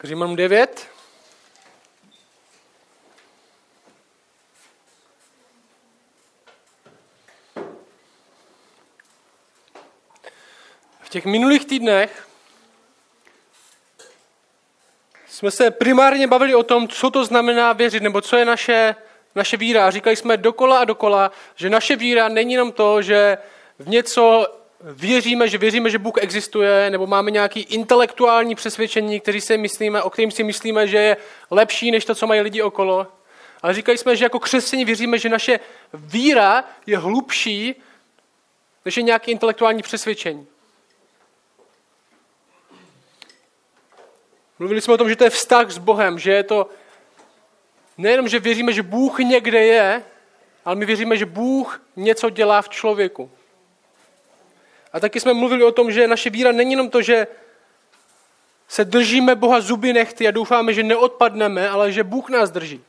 Římanům 9. V těch minulých týdnech jsme se primárně bavili o tom, co to znamená věřit, nebo co je naše víra. A říkali jsme dokola a dokola, že naše víra není jenom to, že v něco věříme, že Bůh existuje, nebo máme nějaké intelektuální přesvědčení, o kterým si myslíme, že je lepší než to, co mají lidi okolo. Ale říkali jsme, že jako křesťané věříme, že naše víra je hlubší, než je nějaké intelektuální přesvědčení. Mluvili jsme o tom, že to je vztah s Bohem, že je to nejenom, že věříme, že Bůh někde je, ale my věříme, že Bůh něco dělá v člověku. A taky jsme mluvili o tom, že naše víra není jenom to, že se držíme Boha zuby nehty a doufáme, že neodpadneme, ale že Bůh nás drží.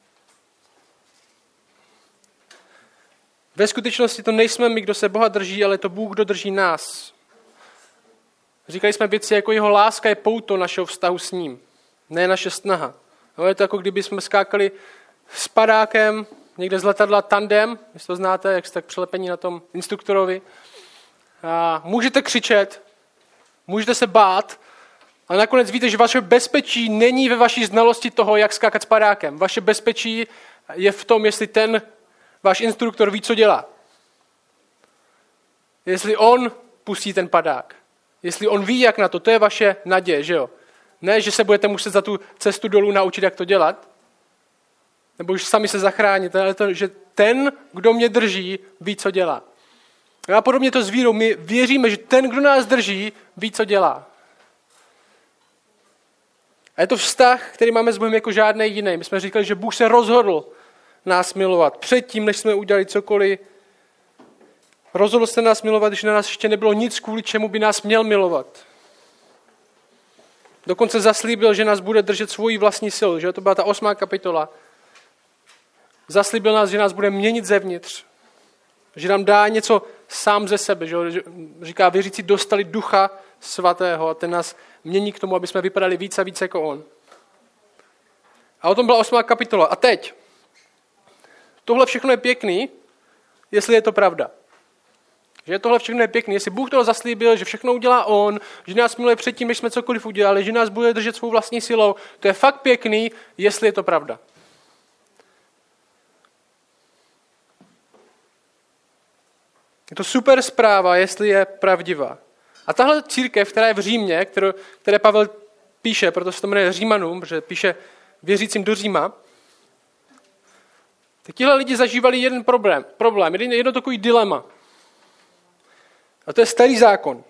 Ve skutečnosti to nejsme my, kdo se Boha drží, ale to Bůh, kdo drží nás. Říkali jsme věci, jako jeho láska je pouto našeho vztahu s ním, ne naše snaha. No, je to jako kdyby jsme skákali s padákem, někde z letadla tandem, jestli to znáte, jak jste tak přilepení na tom instruktorovi. A můžete křičet, můžete se bát, ale nakonec víte, že vaše bezpečí není ve vaší znalosti toho, jak skákat s padákem. Vaše bezpečí je v tom, jestli ten váš instruktor ví, co dělá. Jestli on pustí ten padák. Jestli on ví, jak na to, to je vaše naděje, že jo? Ne, že se budete muset za tu cestu dolů naučit, jak to dělat, nebo už sami se zachránit, ale to, že ten, kdo mě drží, ví, co dělá. A podobně to s vírou. My věříme, že ten, kdo nás drží, ví, co dělá. A je to vztah, který máme s Bohem jako žádný jiný. My jsme říkali, že Bůh se rozhodl nás milovat. Předtím, než jsme udělali cokoliv, rozhodl se nás milovat, když na nás ještě nebylo nic, kvůli čemu by nás měl milovat. Dokonce zaslíbil, že nás bude držet svojí vlastní silou. Že? To byla ta 8. kapitola. Zaslíbil nás, že nás bude měnit zevnitř. Že nám dá něco sám ze sebe. Že? Říká, věřící dostali Ducha Svatého a ten nás mění k tomu, aby jsme vypadali víc a víc jako on. A o tom byla 8. kapitola. A teď. Tohle všechno je pěkný, jestli je to pravda. Že tohle všechno je pěkný. Jestli Bůh toho zaslíbil, že všechno udělá on, že nás miluje předtím, než jsme cokoliv udělali, že nás bude držet svou vlastní silou, to je fakt pěkný, jestli je to pravda. Je to super zpráva, jestli je pravdivá. A tahle církev, která je v Římě, které Pavel píše, proto se to jmenuje Římanům, protože píše věřícím do Říma, tak tihle lidi zažívali jeden problém, jedno takový dilema. A to je starý zákon.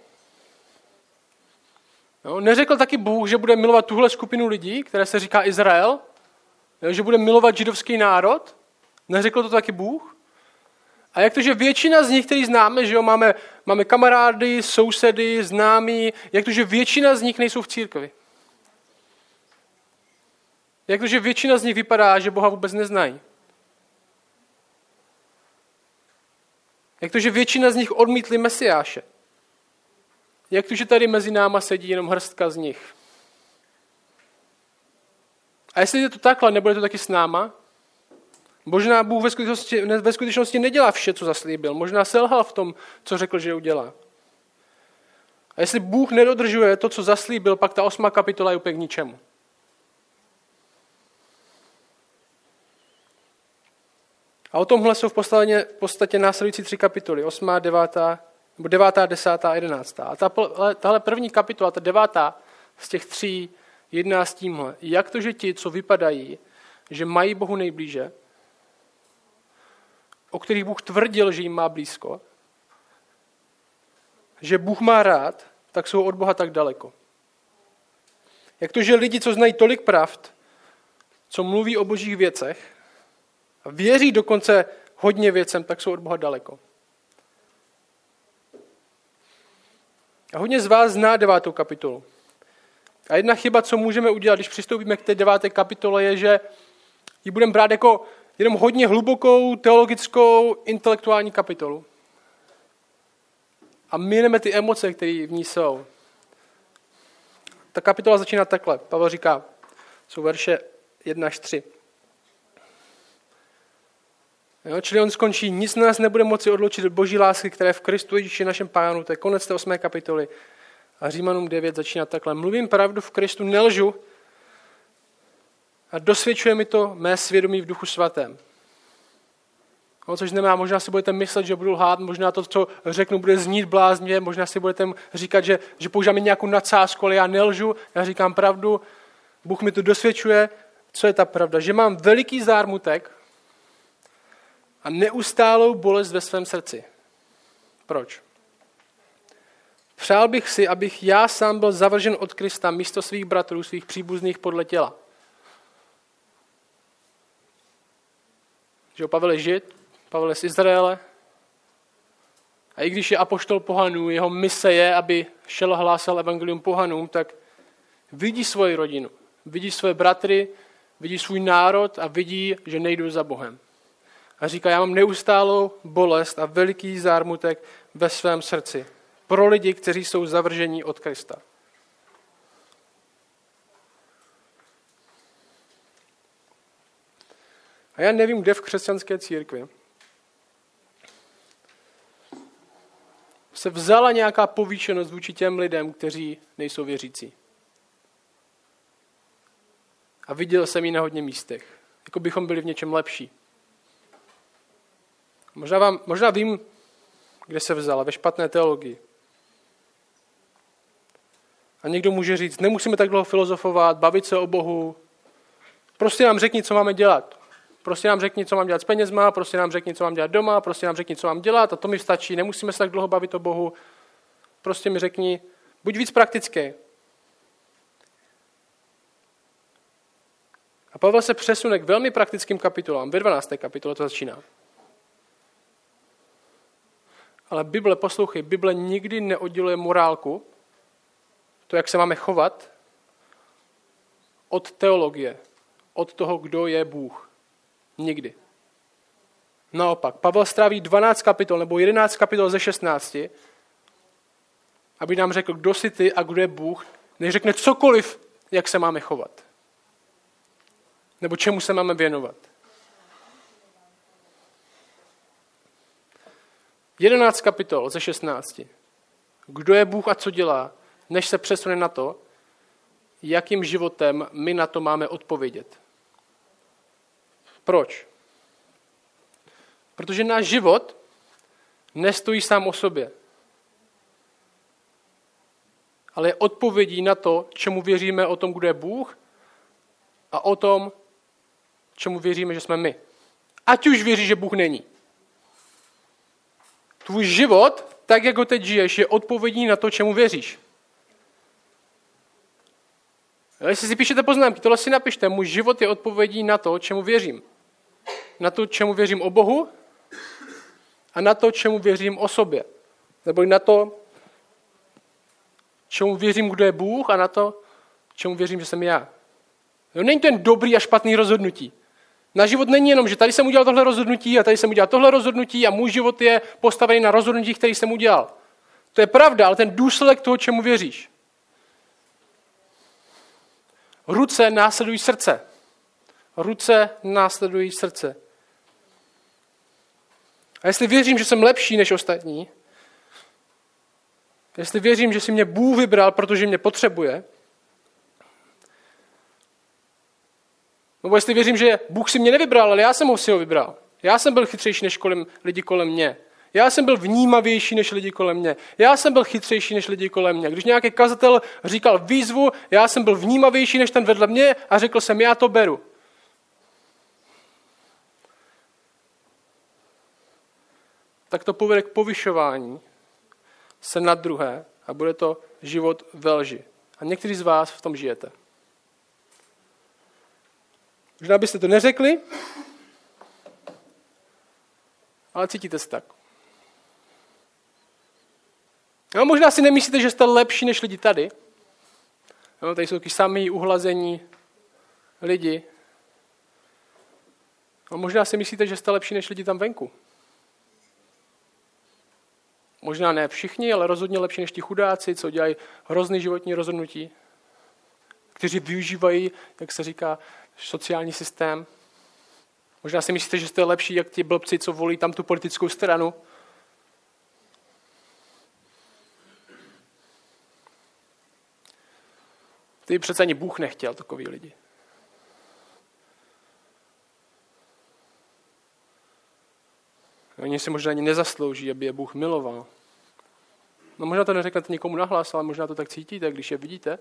No, neřekl taky Bůh, že bude milovat tuhle skupinu lidí, které se říká Izrael, že bude milovat židovský národ? Neřekl to taky Bůh? A jak to, že většina z nich, který známe, že jo, máme kamarády, sousedy, známí, jak to, že většina z nich nejsou v církvi? Jak to, že většina z nich vypadá, že Boha vůbec neznají? Jak to, že většina z nich odmítli Mesiáše? Jak to, že tady mezi náma sedí jenom hrstka z nich? A jestli je to takhle, nebude to taky s náma? Možná Bůh ve skutečnosti nedělá vše, co zaslíbil. Možná selhal v tom, co řekl, že udělá. A jestli Bůh nedodržuje to, co zaslíbil, pak ta 8. kapitola je úplně k ničemu. A o tomhle jsou v podstatě následující 3 kapitoly. 8., 9., 10. a 11. A tahle první kapitola, ta 9. z těch 3, jedná s tímhle. Jak to, že ti, co vypadají, že mají Bohu nejblíže, o kterých Bůh tvrdil, že jim má blízko, že Bůh má rád, tak jsou od Boha tak daleko. Jak to, že lidi, co znají tolik pravd, co mluví o božích věcech a věří dokonce hodně věcem, tak jsou od Boha daleko. A hodně z vás zná 9. kapitolu. A jedna chyba, co můžeme udělat, když přistoupíme k té 9. kapitole, je, že ji budeme brát jako jenom hodně hlubokou, teologickou, intelektuální kapitolu. A mineme ty emoce, které v ní jsou. Ta kapitola začíná takhle. Pavel říká, jsou verše 1 až 3. Jo, čili on skončí, nic nás nebude moci odloučit od boží lásky, která je v Kristu Ježíši našem Pánu. To je konec té 8. kapitoly. A Římanům 9 začíná takhle. Mluvím pravdu v Kristu, nelžu a dosvědčuje mi to mé svědomí v Duchu svatém. No, což znamená, možná si budete myslet, že budu lhát, možná to, co řeknu, bude znít bláznivě, možná si budete říkat, že používáme nějakou nadsázku, ale já nelžu, já říkám pravdu, Bůh mi to dosvědčuje, co je ta pravda, že mám veliký zármutek a neustálou bolest ve svém srdci. Proč? Přál bych si, abych já sám byl zavržen od Krista místo svých bratrů, svých příbuzných podle těla. Že Pavel je Žid, Pavel je z Izraele. A i když je apoštol pohanů, jeho mise je, aby šel a hlásal evangelium pohanům, tak vidí svoji rodinu, vidí své bratry, vidí svůj národ a vidí, že nejdou za Bohem. A říká, já mám neustálou bolest a veliký zármutek ve svém srdci pro lidi, kteří jsou zavržení od Krista. A já nevím, kde v křesťanské církvi se vzala nějaká povýšenost vůči těm lidem, kteří nejsou věřící. A viděl jsem ji na hodně místech. Jako bychom byli v něčem lepší. Možná vím, kde se vzala, ve špatné teologii. A někdo může říct, nemusíme tak dlouho filozofovat, bavit se o Bohu. Prostě nám řekni, co máme dělat. Prostě nám řekni, co mám dělat s penězma, prostě nám řekni, co mám dělat doma, prostě nám řekni, co mám dělat a to mi stačí, nemusíme se tak dlouho bavit o Bohu. Prostě mi řekni, buď víc praktický. A Pavel se přesune k velmi praktickým kapitolám. Ve 12. kapitole to začíná. Ale Bible, poslouchej, Bible nikdy neodděluje morálku, to, jak se máme chovat, od teologie, od toho, kdo je Bůh. Nikdy. Naopak, Pavel stráví 12 kapitol nebo 11 kapitol ze 16, aby nám řekl, kdo jsi ty a kdo je Bůh, než řekne cokoliv, jak se máme chovat. Nebo čemu se máme věnovat. 11 kapitol ze 16. Kdo je Bůh a co dělá, než se přesune na to, jakým životem my na to máme odpovědět. Proč? Protože náš život nestojí sám o sobě, ale je odpovědí na to, čemu věříme o tom, kdo je Bůh a o tom, čemu věříme, že jsme my. Ať už věříš, že Bůh není. Tvůj život, tak jak ho teď žiješ, je odpovědí na to, čemu věříš. Jestli si píšete poznámky, tohle si napište. Můj život je odpovědí na to, čemu věřím. Na to, čemu věřím o Bohu a na to, čemu věřím o sobě. Nebo na to, čemu věřím, kdo je Bůh a na to, čemu věřím, že jsem já. Jo, není to jen dobrý a špatný rozhodnutí. Náš život není jenom, že tady jsem udělal tohle rozhodnutí a tady jsem udělal tohle rozhodnutí a můj život je postavený na rozhodnutí, který jsem udělal. To je pravda, ale ten důsledek toho, čemu věříš. Ruce následují srdce. Ruce následují srdce. A jestli věřím, že jsem lepší než ostatní, jestli věřím, že si mě Bůh vybral, protože mě potřebuje, nebo jestli věřím, že Bůh si mě nevybral, ale já jsem si ho vybral. Já jsem byl chytřejší než lidi kolem mě. Já jsem byl vnímavější než lidi kolem mě. Já jsem byl chytřejší než lidi kolem mě. Když nějaký kazatel říkal výzvu, já jsem byl vnímavější než ten vedle mě a řekl jsem, já to beru. Tak to povede k povyšování se nad druhé a bude to život ve lži. A někteří z vás v tom žijete. Možná byste to neřekli, ale cítíte se tak. No, možná si nemyslíte, že jste lepší než lidi tady. No, tady jsou taky samý uhlazení lidi. No, možná si myslíte, že jste lepší než lidi tam venku. Možná ne všichni, ale rozhodně lepší než ti chudáci, co dělají hrozný životní rozhodnutí. kteří využívají, jak se říká, sociální systém. Možná si myslíte, že jste lepší, jak ti blbci, co volí tam tu politickou stranu. Ty přece ani Bůh nechtěl takový lidi. Oni si možná ani nezaslouží, aby je Bůh miloval. No možná to neřeknete nikomu nahlas, ale možná to tak cítíte, když je vidíte.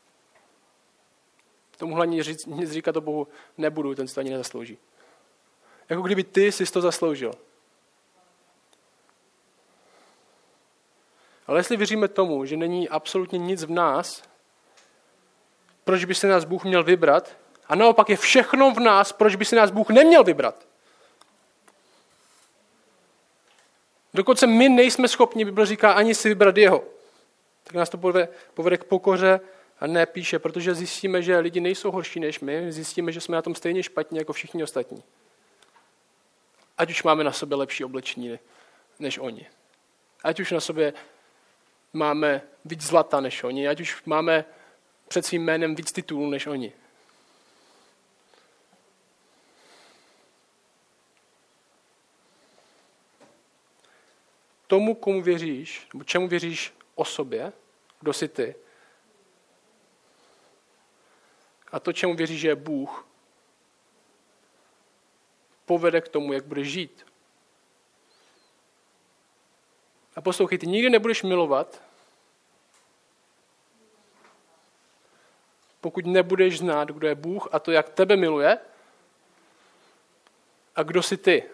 Tomuhle nic říkat o Bohu nebudu, ten si to ani nezaslouží. Jako kdyby ty jsi to zasloužil. Ale jestli věříme tomu, že není absolutně nic v nás, proč by si nás Bůh měl vybrat, a naopak je všechno v nás, proč by si nás Bůh neměl vybrat. Dokonce my nejsme schopni, Bible říká, ani si vybrat jeho. Tak nás to povede k pokoře a ne píše, protože zjistíme, že lidi nejsou horší než my, zjistíme, že jsme na tom stejně špatně jako všichni ostatní. Ať už máme na sobě lepší oblečení než oni. Ať už na sobě máme víc zlata než oni, ať už máme před svým jménem víc titulů než oni. Tomu, komu věříš, nebo čemu věříš o sobě, kdo jsi ty, a to, čemu věříš, že je Bůh, povede k tomu, jak budeš žít. A poslouchej, ty nikdy nebudeš milovat, pokud nebudeš znát, kdo je Bůh a to, jak tebe miluje a kdo jsi ty.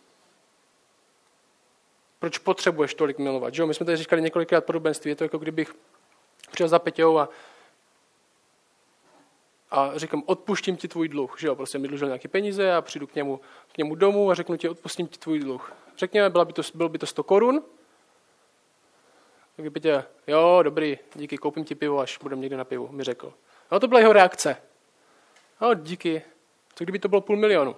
Proč potřebuješ tolik milovat? Že? My jsme tady říkali několikrát podobenství, je to jako kdybych přišel za Peťou a říkám, odpuštím ti tvůj dluh. Že jo? Prostě mi dlužil nějaké peníze a přijdu k němu domů a řeknu ti, odpustím ti tvůj dluh. Řekněme, bylo by to 100 korun. Tak by Petě, jo, dobrý, díky, koupím ti pivo, až budeme někde na pivu, mi řekl. No to byla jeho reakce. No díky, co kdyby to bylo 500 000?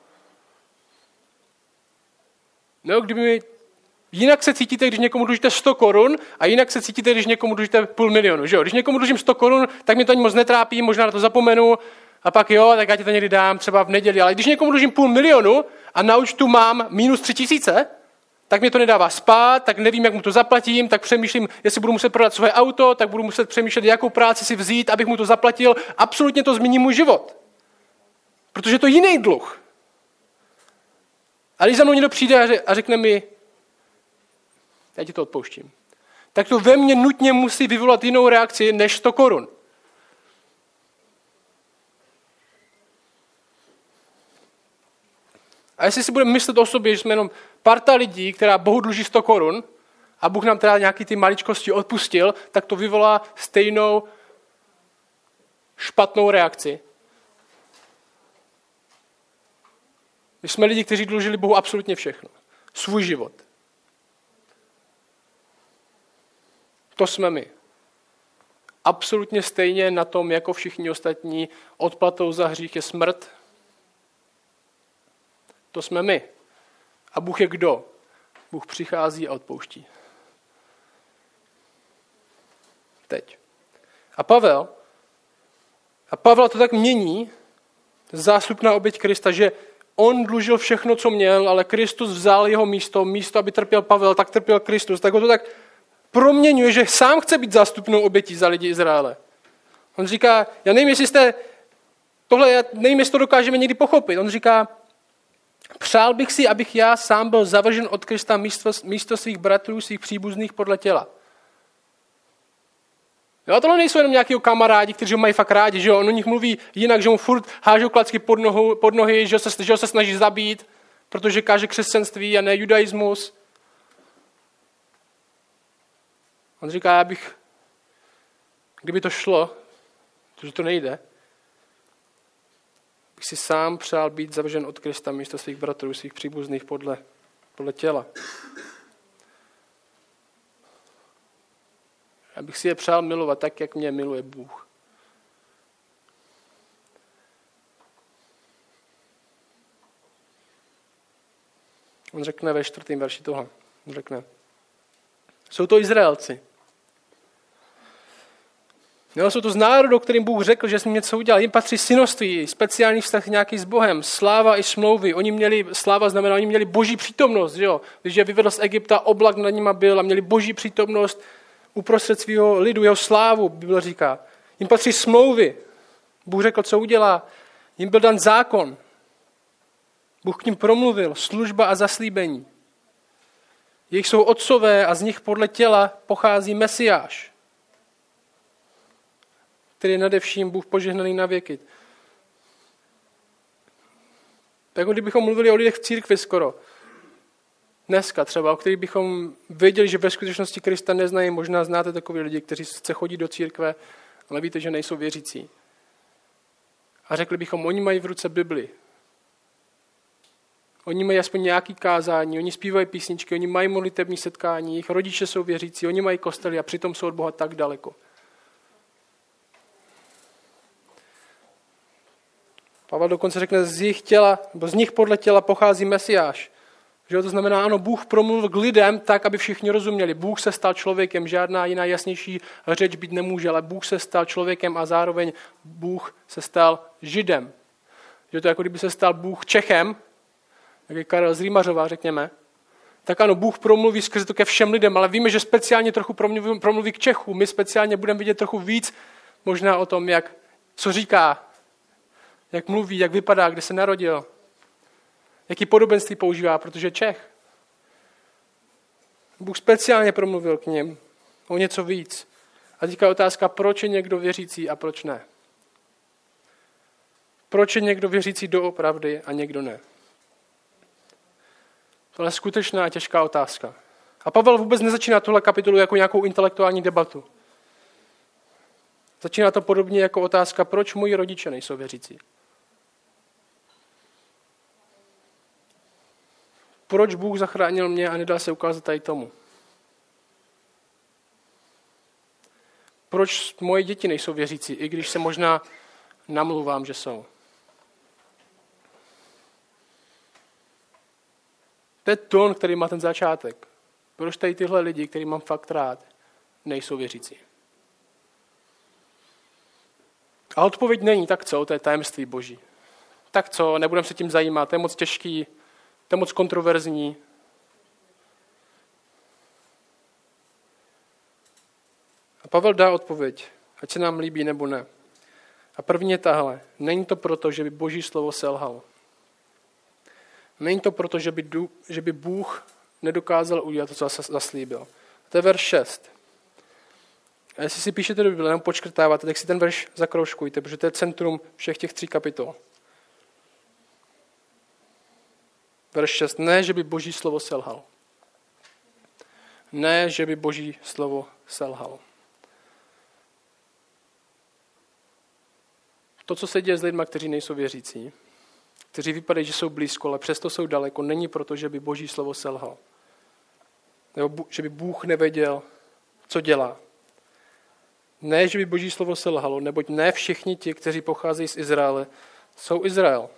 No kdyby mi... Jinak se cítíte, když někomu dlužíte 100 korun a jinak se cítíte, když někomu dlužíte 500 000. Že jo? Když někomu dlužím 100 korun, tak mě to ani moc netrápí, možná na to zapomenu a pak jo, tak já ti to někdy dám, třeba v neděli. Ale když někomu dlužím 500 000 a na účtu mám minus 3000, tak mě to nedává spát, tak nevím, jak mu to zaplatím, tak přemýšlím, jestli budu muset prodat svoje auto, tak budu muset přemýšlet, jakou práci si vzít, abych mu to zaplatil. Absolutně to změní můj život. Protože to je jiný dluh. A když za mnou někdo přijde a řekne mi, já ti to odpouštím, tak to ve mně nutně musí vyvolat jinou reakci než 100 korun. A jestli si budeme myslet o sobě, že jsme jenom parta lidí, která Bohu dluží 100 korun a Bůh nám teda nějaký ty maličkosti odpustil, tak to vyvolá stejnou špatnou reakci. My jsme lidi, kteří dlužili Bohu absolutně všechno. Svůj život. To jsme my. Absolutně stejně na tom, jako všichni ostatní, odplatou za hřích je smrt. To jsme my. A Bůh je kdo? Bůh přichází a odpouští. Teď. A Pavel to tak mění, zástupná oběť Krista, že on dlužil všechno, co měl, ale Kristus vzal jeho místo, aby trpěl Pavel, tak trpěl Kristus. Tak ho to tak proměňuje, že sám chce být zástupnou obětí za lidi Izraele. On říká, já nevím, jestli to dokážeme někdy pochopit. On říká, přál bych si, abych já sám byl zavržen od Krista místo svých bratrů, svých příbuzných podle těla. Jo, tohle nejsou jenom nějaký kamarádi, kteří ho mají fakt rádi, že jo? On o nich mluví jinak, že mu furt hážou klacky pod nohy, že ho se snaží zabít, protože káže křesťanství a ne judaismus. On říká, kdyby to šlo, protože to nejde, bych si sám přál být zavržen od Krista místo svých bratrů, svých příbuzných podle těla. Abych si je přál milovat tak, jak mě miluje Bůh. On řekne ve 4. verši tohle. On řekne, jsou to Izraelci. Jo, jsou to z národů, kterým Bůh řekl, že s ním něco udělal. Jim patří synoství, speciální vztah nějaký s Bohem, sláva i smlouvy. Sláva znamená, oni měli boží přítomnost. Jo? Když je vyvedl z Egypta, oblak nad nima byl a měli boží přítomnost uprostřed svého lidu, jeho slávu, Bible říká. Jim patří smlouvy. Bůh řekl, co udělá. Jim byl dan zákon. Bůh k ním promluvil, služba a zaslíbení. Jejich jsou otcové a z nich podle těla pochází Mesiáš, který je nade vším Bůh požehnaný na věky. Jako kdybychom mluvili o lidech v církvi skoro. Dneska třeba, o kterých bychom věděli, že ve skutečnosti Krista neznají. Možná znáte takové lidi, kteří chce chodit do církve, ale víte, že nejsou věřící. A řekli bychom, oni mají v ruce Bibli. Oni mají aspoň nějaký kázání, oni zpívají písničky, oni mají modlitební setkání, jejich rodiče jsou věřící, oni mají kostely a přitom jsou od Boha tak daleko. Pavel dokonce řekne, z nich podle těla pochází Mesiáš. Že to znamená, ano, Bůh promluvil k lidem tak, aby všichni rozuměli. Bůh se stal člověkem, žádná jiná jasnější řeč být nemůže, ale Bůh se stal člověkem a zároveň Bůh se stal Židem. Že to jako kdyby se stal Bůh Čechem, jak je Karel z Rýmařova, řekněme. Tak ano, Bůh promluví skrze to ke všem lidem, ale víme, že speciálně trochu promluví k Čechům. My speciálně budeme vidět trochu víc možná o tom, co říká, jak mluví, jak vypadá, kde se narodil, jaký podobenství používá, protože je Čech. Bůh speciálně promluvil k nim o něco víc. A teďka je otázka, proč je někdo věřící a proč ne. Proč je někdo věřící doopravdy a někdo ne. To je skutečná a těžká otázka. A Pavel vůbec nezačíná tuhle kapitolu jako nějakou intelektuální debatu. Začíná to podobně jako otázka, proč moji rodiče nejsou věřící. Proč Bůh zachránil mě a nedá se ukázat tady tomu? Proč moje děti nejsou věřící, i když se možná namluvám, že jsou? To je tón, který má ten začátek. Proč tady tyhle lidi, který mám fakt rád, nejsou věřící? A odpověď není, tak co, to je tajemství Boží. Tak co, nebudem se tím zajímat, to je moc těžký, to je moc kontroverzní. A Pavel dá odpověď, ať se nám líbí nebo ne. A první je tahle. Není to proto, že by Boží slovo selhalo. Není to proto, že by Bůh nedokázal udělat to, co zaslíbil. To je verš 6. A jestli si píšete do Bible, nebo počkrtáváte, tak si ten verš zakroužkujte, protože to je centrum všech těch 3 kapitol. Verš 6. Ne, že by Boží slovo selhalo. Ne, že by Boží slovo selhalo. To, co se děje s lidmi, kteří nejsou věřící, kteří vypadají, že jsou blízko, ale přesto jsou daleko, není proto, že by Boží slovo selhalo. Nebo že by Bůh nevěděl, co dělá. Ne, že by Boží slovo selhalo, neboť ne všichni ti, kteří pocházejí z Izraele, jsou Izrael.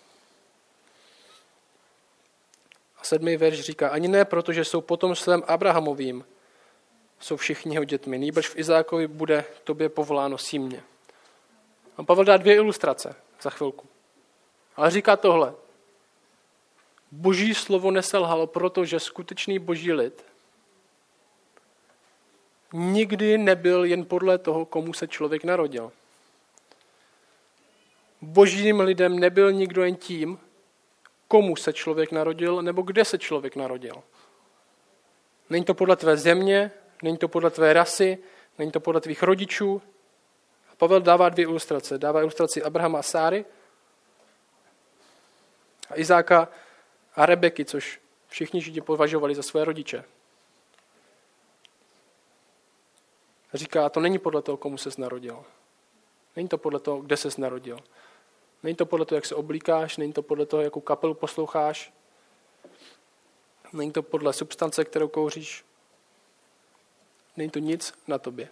A 7. verš říká, ani ne proto, že jsou potomstvem Abrahamovým, jsou všichni jeho dětmi, nýbrž v Izákovi bude tobě povoláno símě. A Pavel dá 2 ilustrace za chvilku. Ale říká tohle. Boží slovo neselhalo, protože skutečný boží lid nikdy nebyl jen podle toho, komu se člověk narodil. Božím lidem nebyl nikdo jen tím, komu se člověk narodil, nebo kde se člověk narodil. Není to podle tvé země, není to podle tvé rasy, není to podle tvých rodičů. A Pavel dává 2 ilustrace. Dává ilustraci Abrahama a Sáry a Izáka a Rebeky, což všichni Židi považovali za své rodiče. A říká, to není podle toho, komu ses narodil. Není to podle toho, kde ses narodil. Není to podle toho, jak se oblíkáš, není to podle toho, jakou kapelu posloucháš. Není to podle substance, kterou kouříš. Není to nic na tobě.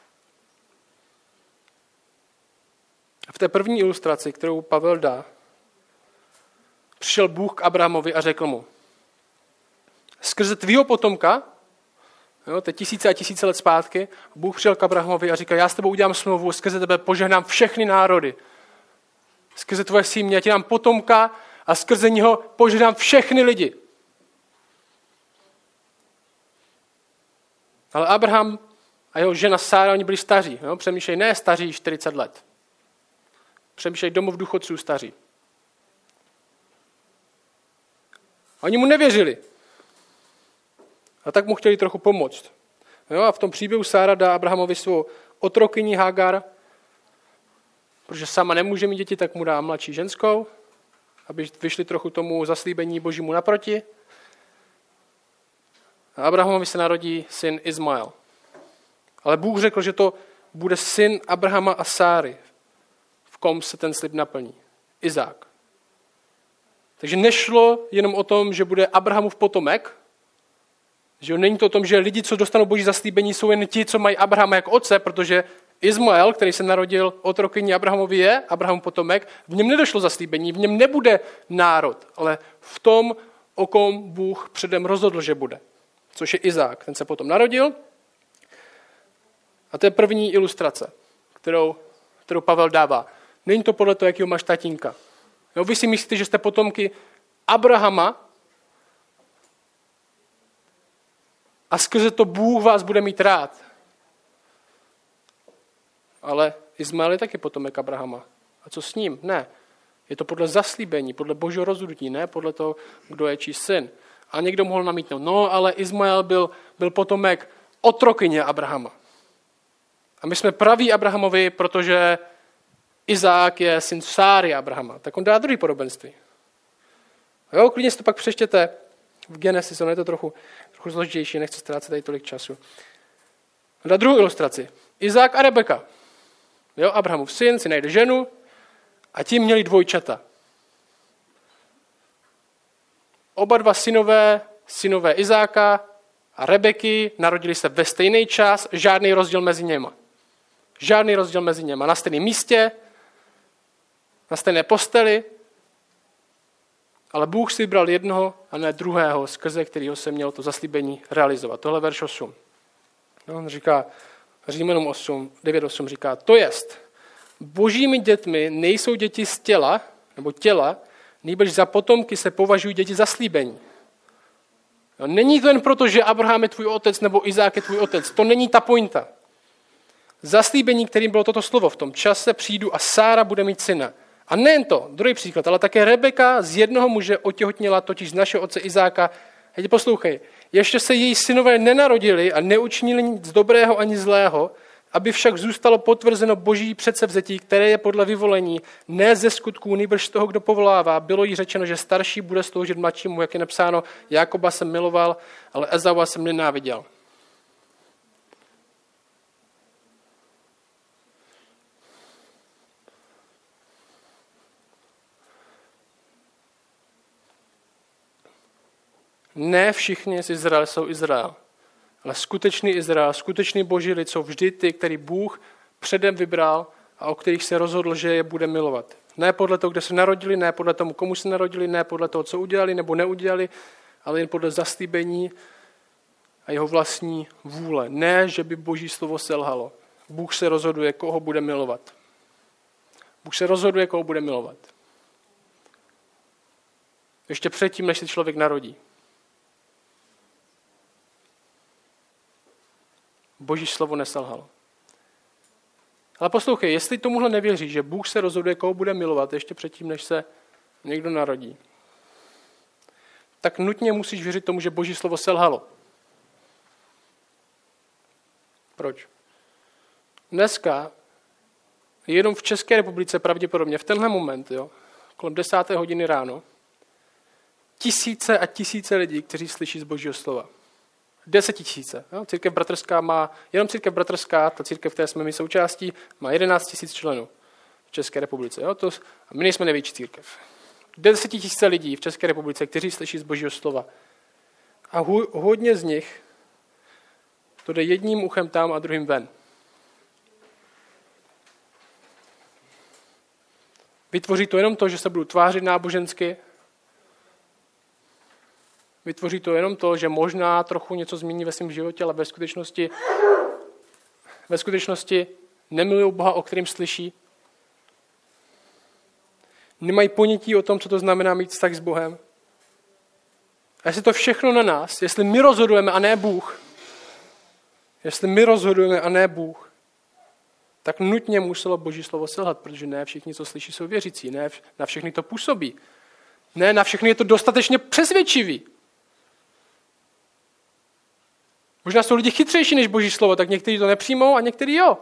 A v té první ilustraci, kterou Pavel dá, přišel Bůh k Abrahamovi a řekl mu, skrze tvýho potomka Jo, to je tisíce a tisíce let zpátky. Bůh přijel k Abrahamovi a říkal, já s tebou udělám smlouvu, skrze tebe požehnám všechny národy. Skrze tvoje símě, já ti dám potomka a skrze něho požehnám všechny lidi. Ale Abraham a jeho žena Sára, oni byli staří. Jo? Přemýšlej, ne staří 40 let. Přemýšlej domov důchodců staří. Oni mu nevěřili. A tak mu chtěli trochu pomoct. Jo? A v tom příběhu Sára dá Abrahamovi svou otrokyni Hagar, protože sama nemůže mít děti, tak mu dá mladší ženskou, aby vyšli trochu tomu zaslíbení Božímu naproti. A Abrahamovi se narodí syn Izmael. Ale Bůh řekl, že to bude syn Abrahama a Sáry, v kom se ten slib naplní. Izák. Takže nešlo jenom o tom, že bude Abrahamův potomek, že není to o tom, že lidi, co dostanou Boží zaslíbení, jsou jen ti, co mají Abrahama jako otce, protože Izmael, který se narodil otrokyni Abrahamovi, je Abraham potomek, v něm nedošlo zaslíbení, v něm nebude národ, ale v tom, o kom Bůh předem rozhodl, že bude. Což je Izák. Ten se potom narodil. A to je první ilustrace, kterou Pavel dává. Není to podle toho, jakýho máš tatínka. Jo, vy si myslíte, že jste potomky Abrahama a skrze to Bůh vás bude mít rád. Ale Izmael je taky potomek Abrahama. A co s ním? Ne. Je to podle zaslíbení, podle Božího rozhodnutí, ne podle toho, kdo je čí syn. A někdo mohl namítnout, no ale Izmael byl potomek otrokyně Abrahama. A my jsme praví Abrahamovi, protože Izák je syn Sáry Abrahama. Tak on dá druhý podobenství. Jo, klidně si to pak přečtěte v Genesis, ono je to trochu složitější, nechci ztrácet tady tolik času. On dá druhou ilustraci. Izák a Rebeka. Jo, Abrahamův syn si najde ženu a ti měli dvojčata. Oba dva synové Izáka a Rebeky narodili se ve stejný čas, žádný rozdíl mezi něma. Žádný rozdíl mezi něma. Na stejném místě, na stejné posteli, ale Bůh si vybral jednoho a ne druhého, skrze kterého se mělo to zaslíbení realizovat. Tohle verš 8. No, on říká, Římanům 9:8 říká, to jest, božími dětmi nejsou děti z těla, nebo těla, nýbrž za potomky se považují děti zaslíbení. No, není to jen proto, že Abraham je tvůj otec, nebo Izák je tvůj otec. To není ta pointa. Zaslíbení, kterým bylo toto slovo, v tom čase přijdu a Sára bude mít syna. A nejen to, druhý příklad, ale také Rebeka z jednoho muže otěhotněla, totiž z našeho otce Izáka. Teď poslouchej, ještě se její synové nenarodili a neučinili nic dobrého ani zlého, aby však zůstalo potvrzeno boží předsevzetí, které je podle vyvolení, ne ze skutků, nýbrž z toho, kdo povolává. Bylo jí řečeno, že starší bude sloužit mladšímu, jak je napsáno, Jákoba jsem miloval, ale Ezaua jsem nenáviděl. Ne všichni z Izraele jsou Izrael, ale skutečný Izrael, skutečný boží lid jsou vždy ty, který Bůh předem vybral a o kterých se rozhodl, že je bude milovat. Ne podle toho, kde se narodili, ne podle tomu, komu se narodili, ne podle toho, co udělali nebo neudělali, ale jen podle zaslíbení a jeho vlastní vůle. Ne, že by boží slovo selhalo. Bůh se rozhoduje, koho bude milovat. Bůh se rozhoduje, koho bude milovat. Ještě předtím, než se člověk narodí. Boží slovo neselhalo. Ale poslouchej, jestli tomuhle nevěříš, že Bůh se rozhoduje, koho bude milovat ještě předtím, než se někdo narodí, tak nutně musíš věřit tomu, že Boží slovo selhalo. Proč? Dneska jenom v České republice pravděpodobně v tenhle moment, kolem 10. hodiny ráno, tisíce a tisíce lidí, kteří slyší z Božího slova. 10 000. Církev bratrská má, jenom církev bratrská, ta církev, které jsme my součástí, má 11 000 členů v České republice. A my nejsme největší církev. 10 000 lidí v České republice, kteří slyší z Božího slova. A hodně z nich to jde jedním uchem tam a druhým ven. Vytvoří to jenom to, že se budou tvářit nábožensky, Vytvoří to jenom to, že možná trochu něco změní ve svém životě, ale ve skutečnosti nemilují Boha, o kterým slyší. Nemají ponětí o tom, co to znamená mít vztah s Bohem. A jestli to všechno na nás, jestli my rozhodujeme a ne Bůh, tak nutně muselo Boží slovo selhat, protože ne všichni, co slyší, jsou věřící, ne na všechny to působí. Ne na všechny je to dostatečně přesvědčivý. Možná jsou lidi chytřejší než Boží slovo, tak někteří to nepřijmou a někteří jo.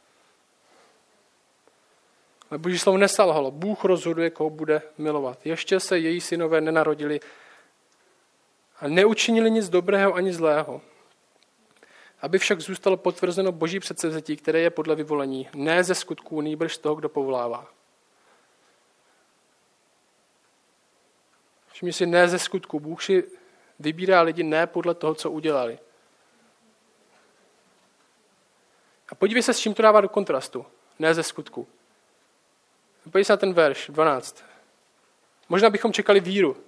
Ale Boží slovo neselhalo. Bůh rozhoduje, koho bude milovat. Ještě se její synové nenarodili a neučinili nic dobrého ani zlého. Aby však zůstalo potvrzeno Boží předsevzetí, které je podle vyvolení, ne ze skutků, nýbrž z toho, kdo povolává. Všimni si, ne ze skutků. Bůh si vybírá lidi ne podle toho, co udělali. A podívej se, s čím to dává do kontrastu. Ne ze skutku. Podívej se na ten verš 12. Možná bychom čekali víru.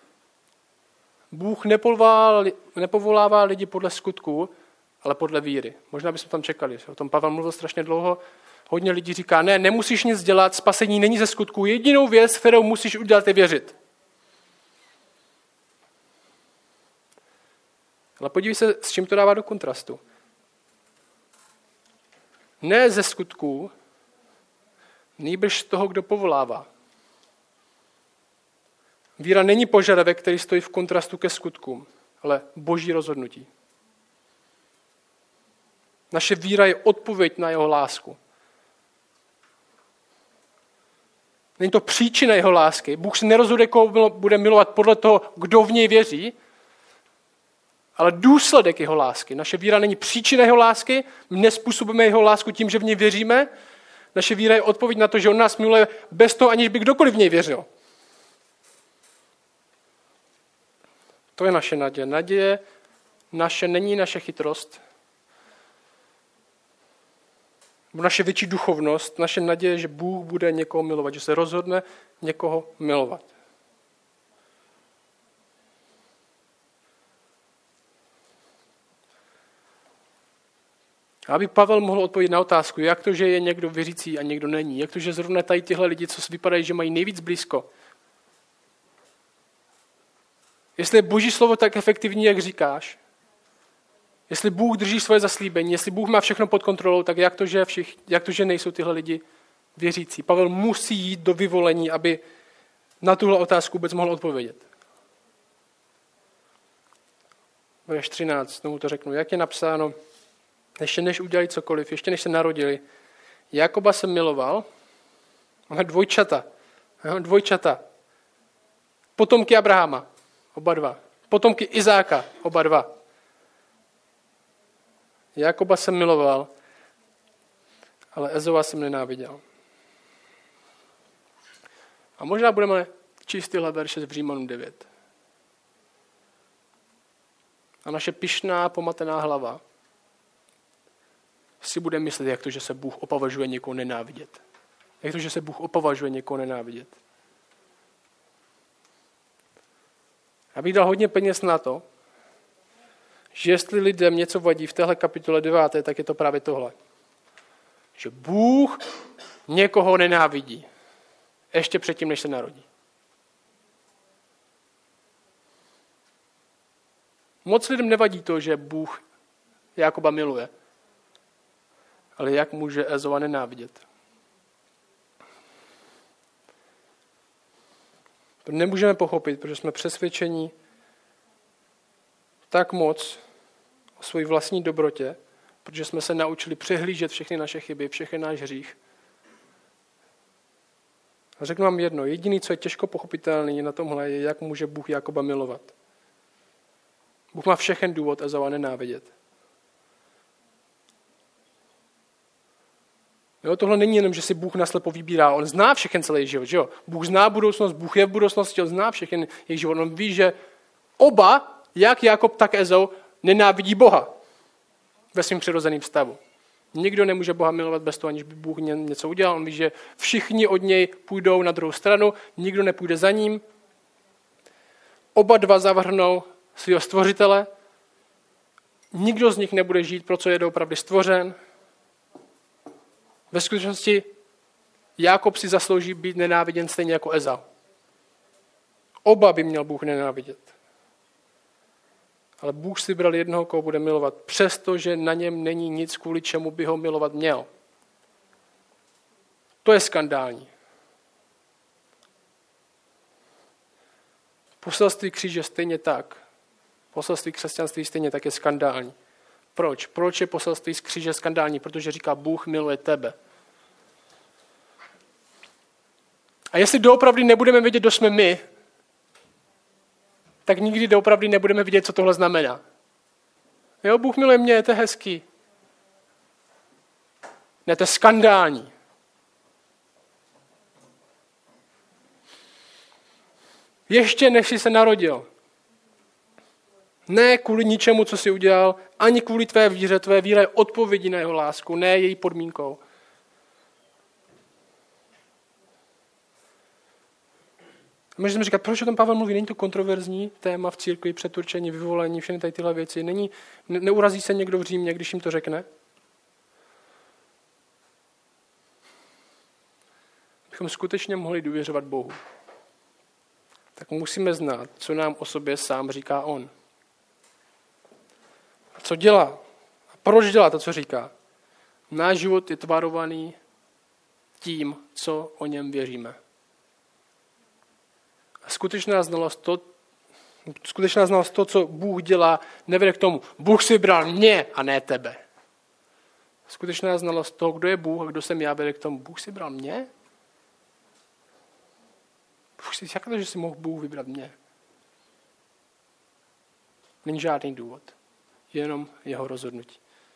Bůh nepovolává lidi podle skutků, ale podle víry. Možná bychom tam čekali. O tom Pavel mluvil strašně dlouho. Hodně lidí říká, ne, nemusíš nic dělat, spasení není ze skutků. Jedinou věc, kterou musíš udělat, je věřit. Ale podívej se, s čím to dává do kontrastu. Ne ze skutků, nýbrž z toho, kdo povolává. Víra není požadavek, který stojí v kontrastu ke skutkům, ale Boží rozhodnutí. Naše víra je odpověď na jeho lásku. Není to příčina jeho lásky. Bůh se nerozhoduje, koho bude milovat podle toho, kdo v něj věří, ale důsledek jeho lásky. Naše víra není příčina jeho lásky, my nezpůsobíme jeho lásku tím, že v něj věříme. Naše víra je odpověď na to, že on nás miluje bez toho, aniž by kdokoliv v něj věřil. To je naše naděje. Naděje naše není naše chytrost, naše větší duchovnost, naše naděje, že Bůh bude někoho milovat, že se rozhodne někoho milovat. Aby Pavel mohl odpovědět na otázku, jak to, že je někdo věřící a někdo není, jak to, že zrovna tady tyhle lidi, co vypadají, že mají nejvíc blízko. Jestli je Boží slovo tak efektivní, jak říkáš, jestli Bůh drží svoje zaslíbení, jestli Bůh má všechno pod kontrolou, tak jak to, že nejsou tyhle lidi věřící. Pavel musí jít do vyvolení, aby na tuhle otázku vůbec mohl odpovědět. Verš 13, znovu to řeknu, jak je napsáno, ještě než udělali cokoliv, ještě než se narodili, Jakoba jsem miloval, máme dvojčata, potomky Abrahama, oba dva, potomky Izáka, oba dva. Jakoba jsem miloval, ale Ezova jsem nenáviděl. A možná budeme číst tyhle verše z Římanům 9. A naše pyšná, pomatená hlava si bude myslet, jak to, že se Bůh opovažuje někoho nenávidět. Jak to, že se Bůh opovažuje někoho nenávidět. Já bych dal hodně peněz na to, že jestli lidem něco vadí v téhle kapitole 9, tak je to právě tohle. Že Bůh někoho nenávidí. Ještě předtím, než se narodí. Moc lidem nevadí to, že Bůh Jakoba miluje. Ale jak může Ezova nenávidět? To nemůžeme pochopit, protože jsme přesvědčeni tak moc o své vlastní dobrotě, protože jsme se naučili přehlížet všechny naše chyby, všechny náš hřích. A řeknu vám jedno, jediné, co je těžko pochopitelné na tomhle, je, jak může Bůh Jakoba milovat. Bůh má všechen důvod Ezova nenávidět. Jo, tohle není jenom, že si Bůh naslepo vybírá. On zná všechen celý život. Že jo? Bůh zná budoucnost, Bůh je v budoucnosti, on zná všechen jejich život. On ví, že oba, jak Jakob, tak Ezau, nenávidí Boha ve svém přirozeném stavu. Nikdo nemůže Boha milovat bez toho, aniž by Bůh něco udělal. On ví, že všichni od něj půjdou na druhou stranu, nikdo nepůjde za ním. Oba dva zavrhnou svého stvořitele. Nikdo z nich nebude žít, pro co je doopravdy stvořen. Ve skutečnosti Jákob si zaslouží být nenáviděn stejně jako Ezau. Oba by měl Bůh nenávidět. Ale Bůh si bral jednoho, koho bude milovat, přestože na něm není nic, kvůli čemu by ho milovat měl. To je skandální. Poselství kříže stejně tak. Poselství křesťanství stejně tak je skandální. Proč? Proč je poselství z kříže skandální? Protože říká, Bůh miluje tebe. A jestli doopravdy nebudeme vědět, kdo jsme my, tak nikdy doopravdy nebudeme vidět, co tohle znamená. Jo, Bůh miluje mě, to je hezký. Ne, to je skandální. Ještě než jsi se narodil. Ne kvůli ničemu, co jsi udělal, ani kvůli tvé víře. Tvé víra je odpovědí na jeho lásku, ne její podmínkou. A můžeme říkat, proč o tom Pavel mluví? Není to kontroverzní téma v církvi, předurčení, vyvolení, všechny tady tyhle věci. Neurazí se někdo v Římě, když jim to řekne? Abychom skutečně mohli důvěřovat Bohu, tak musíme znát, co nám o sobě sám říká on. A co dělá? A proč dělá to, co říká? Náš život je tvarovaný tím, co o něm věříme. A skutečná znalost to, co Bůh dělá, nevede k tomu. Bůh si vybral mě a ne tebe. Skutečná znalost toho, kdo je Bůh a kdo jsem já, vede k tomu. Bůh si vybral mě? Jak to, že si mohl Bůh vybrat mě? Není žádný důvod. Jenom jeho rozhodnutí.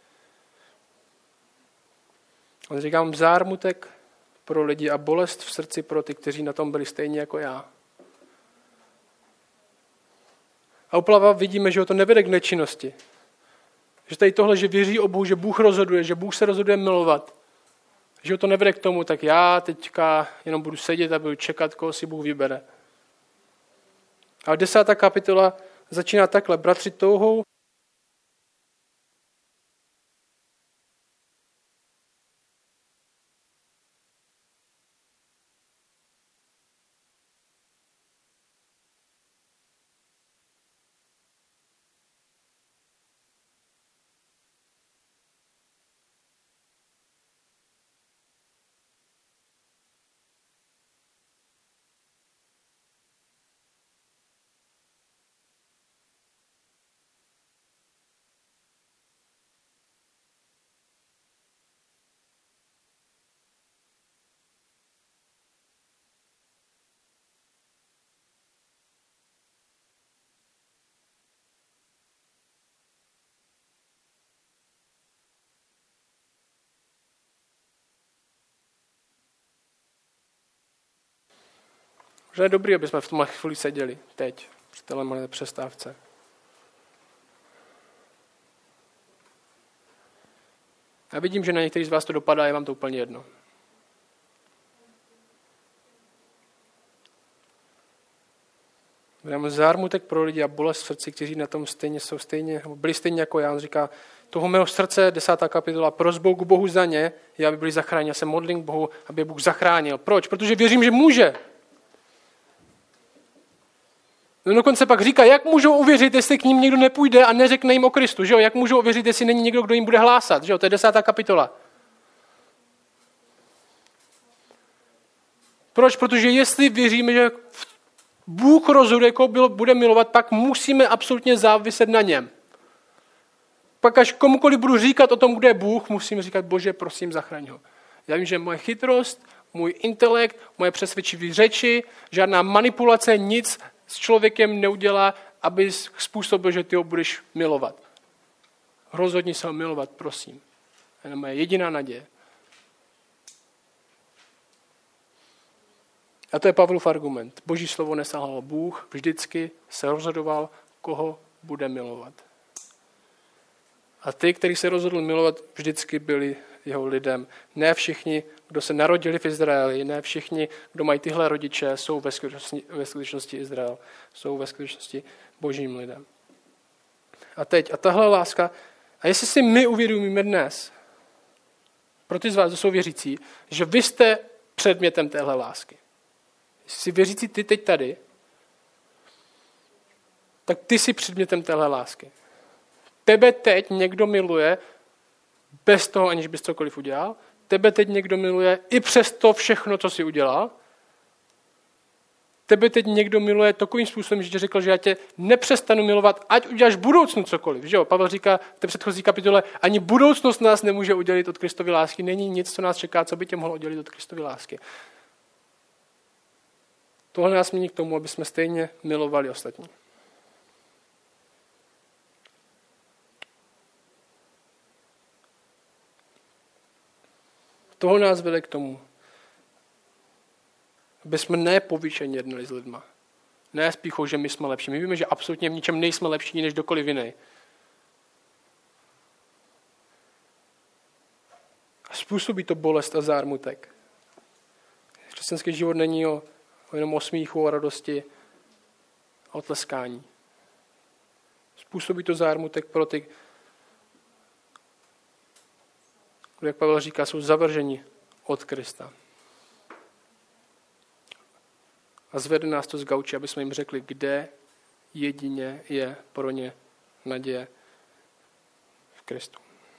On říká, mám zármutek pro lidi a bolest v srdci pro ty, kteří na tom byli stejně jako já. A u Pavla vidíme, že ho to nevede k nečinnosti. Že tady tohle, že věří o Bohu, že Bůh rozhoduje, že Bůh se rozhoduje milovat, že ho to nevede k tomu, tak já teďka jenom budu sedět a budu čekat, koho si Bůh vybere. A 10. kapitola začíná takhle. Bratři, touhou že je dobrý, aby jsme v tomhle chvíli seděli teď, při téhle malé přestávce. Já vidím, že na některých z vás to dopadá, je vám to úplně jedno. Mám zármutek pro lidi a bolest v srdci, kteří na tom byli stejně jako já. On říká, toho mého srdce, 10. kapitola, prosbou k Bohu za ně, aby byli zachráněni. Já se modlím k Bohu, aby je Bůh zachránil. Proč? Protože věřím, že může. No dokonce pak říká, jak můžou uvěřit, jestli k ním někdo nepůjde a neřekne jim o Kristu, že jo? Jak můžou uvěřit, jestli není někdo, kdo jim bude hlásat, že jo? To je 10. kapitola. Proč? Protože jestli věříme, že Bůh rozhoduje, koho bude milovat, pak musíme absolutně záviset na něm. Pak až komukoliv budu říkat o tom, kde je Bůh, musím říkat, Bože, prosím, zachraň ho. Já vím, že moje chytrost, můj intelekt, moje přesvědčivé řeči, žádná manipulace, nic s člověkem neudělá, aby způsobil, že ty ho budeš milovat. Rozhodni se ho milovat, prosím. To je moje jediná naděje. A to je Pavlův argument. Boží slovo neselhalo. Bůh vždycky se rozhodoval, koho bude milovat. A ty, kteří se rozhodli milovat, vždycky byli jeho lidem. Ne všichni, kdo se narodili v Izraeli, ne všichni, kdo mají tyhle rodiče, jsou ve skutečnosti Izrael. Jsou ve skutečnosti božím lidem. a teď. A tahle láska, a jestli si my uvědomíme dnes, pro ty z vás, kdo jsou věřící, že vy jste předmětem téhle lásky. Jestli jsi věřící ty teď tady, tak ty jsi předmětem téhle lásky. Tebe teď někdo miluje bez toho, aniž bys cokoliv udělal. Tebe teď někdo miluje i přes to všechno, co jsi udělal. Tebe teď někdo miluje takovým způsobem, že ti řekl, že já tě nepřestanu milovat, ať uděláš v budoucnu cokoliv. Že jo? Pavel říká v té předchozí kapitole, ani budoucnost nás nemůže udělit od Kristovy lásky. Není nic, co nás čeká, co by tě mohlo udělit od Kristovy lásky. Tohle nás mění k tomu, aby jsme stejně milovali ostatní. Tohle nás vede k tomu, aby jsme nepovýšeně jednali s lidma. Ne spíchou, že my jsme lepší. My víme, že absolutně v ničem nejsme lepší než kdokoliv jiný. A způsobí to bolest a zármutek. Křesťanský život není jenom o smíchu, o radosti a o tleskání. Způsobí to zármutek pro ty, jak Pavel říká, jsou zavrženi od Krista. A zvede nás to z gauče, aby jsme jim řekli, kde jedině je pro ně naděje v Kristu.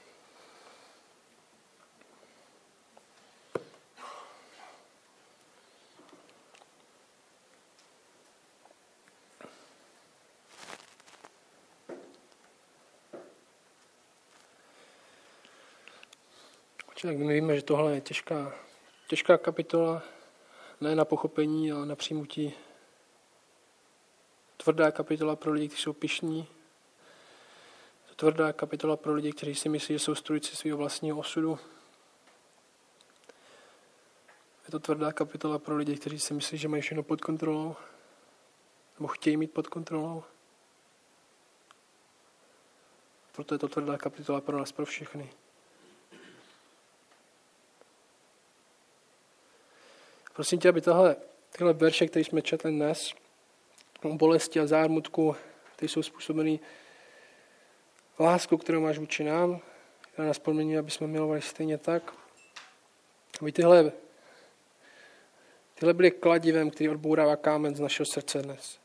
Tak my víme, že tohle je těžká kapitola, ne na pochopení, ale na přijmutí. Tvrdá kapitola pro lidi, kteří jsou pyšní. Tvrdá kapitola pro lidi, kteří si myslí, že jsou strůjci svého vlastního osudu. Je to tvrdá kapitola pro lidi, kteří si myslí, že mají všechno pod kontrolou, nebo chtějí mít pod kontrolou. Proto je to tvrdá kapitola pro nás, pro všechny. Prosím tě, aby tyhle verše, které jsme četli dnes, o bolesti a zármutku, které jsou způsobený láskou, kterou máš vůči nám, která nás podměňuje, aby jsme milovali stejně tak, aby tyhle byly kladivem, který odbourává kámen z našeho srdce dnes.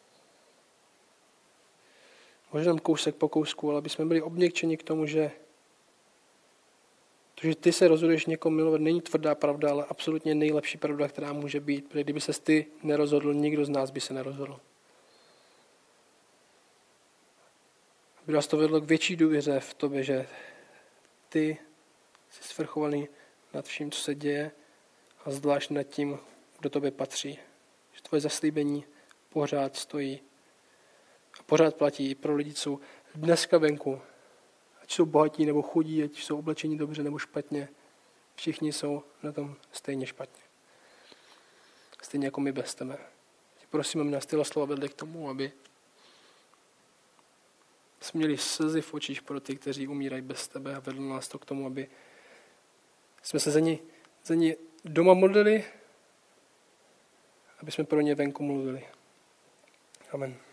Možná kousek po kousku, ale aby jsme byli obměkčeni k tomu, že to, že ty se rozhoduješ někoho milovat, není tvrdá pravda, ale absolutně nejlepší pravda, která může být. Protože kdyby ses ty nerozhodl, nikdo z nás by se nerozhodl. Aby nás to vedlo k větší důvěře v tobě, že ty jsi svrchovaný nad vším, co se děje a zvlášť nad tím, kdo tobě patří. Že tvoje zaslíbení pořád stojí a pořád platí i pro lidi, co jsou dneska venku. Ať jsou bohatí nebo chudí, ať jsou oblečení dobře nebo špatně. Všichni jsou na tom stejně špatně. Stejně jako my bez tebe. Prosím, aby nás tyhle slova vedly k tomu, aby jsme měli slzy v očích pro ty, kteří umírají bez tebe, a vedlo nás to k tomu, aby jsme se za ně doma modlili, aby jsme pro ně venku mluvili. Amen.